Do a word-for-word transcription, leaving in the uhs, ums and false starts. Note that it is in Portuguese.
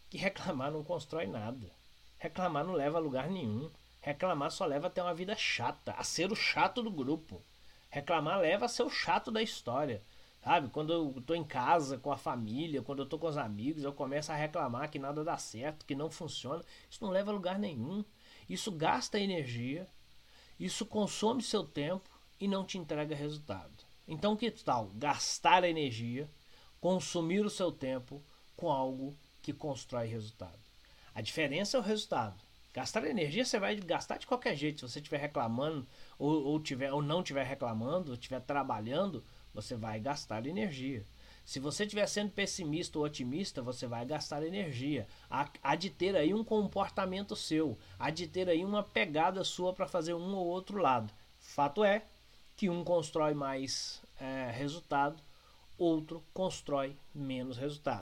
que reclamar não constrói nada. Reclamar não leva a lugar nenhum. Reclamar só leva a ter uma vida chata, a ser o chato do grupo. Reclamar leva a ser o chato da história. Sabe, quando eu tô em casa com a família, quando eu tô com os amigos, eu começo a reclamar que nada dá certo, que não funciona. Isso não leva a lugar nenhum. Isso gasta energia, isso consome seu tempo e não te entrega resultado. Então, que tal gastar energia, consumir o seu tempo com algo que constrói resultado? A diferença é o resultado. Gastar energia você vai gastar de qualquer jeito. Se você estiver reclamando ou, ou, tiver, ou não estiver reclamando, ou estiver trabalhando, você vai gastar energia. Se você estiver sendo pessimista ou otimista, você vai gastar energia. Há, há de ter aí um comportamento seu, há de ter aí uma pegada sua para fazer um ou outro lado. Fato é que um constrói mais é, resultado, outro constrói menos resultado.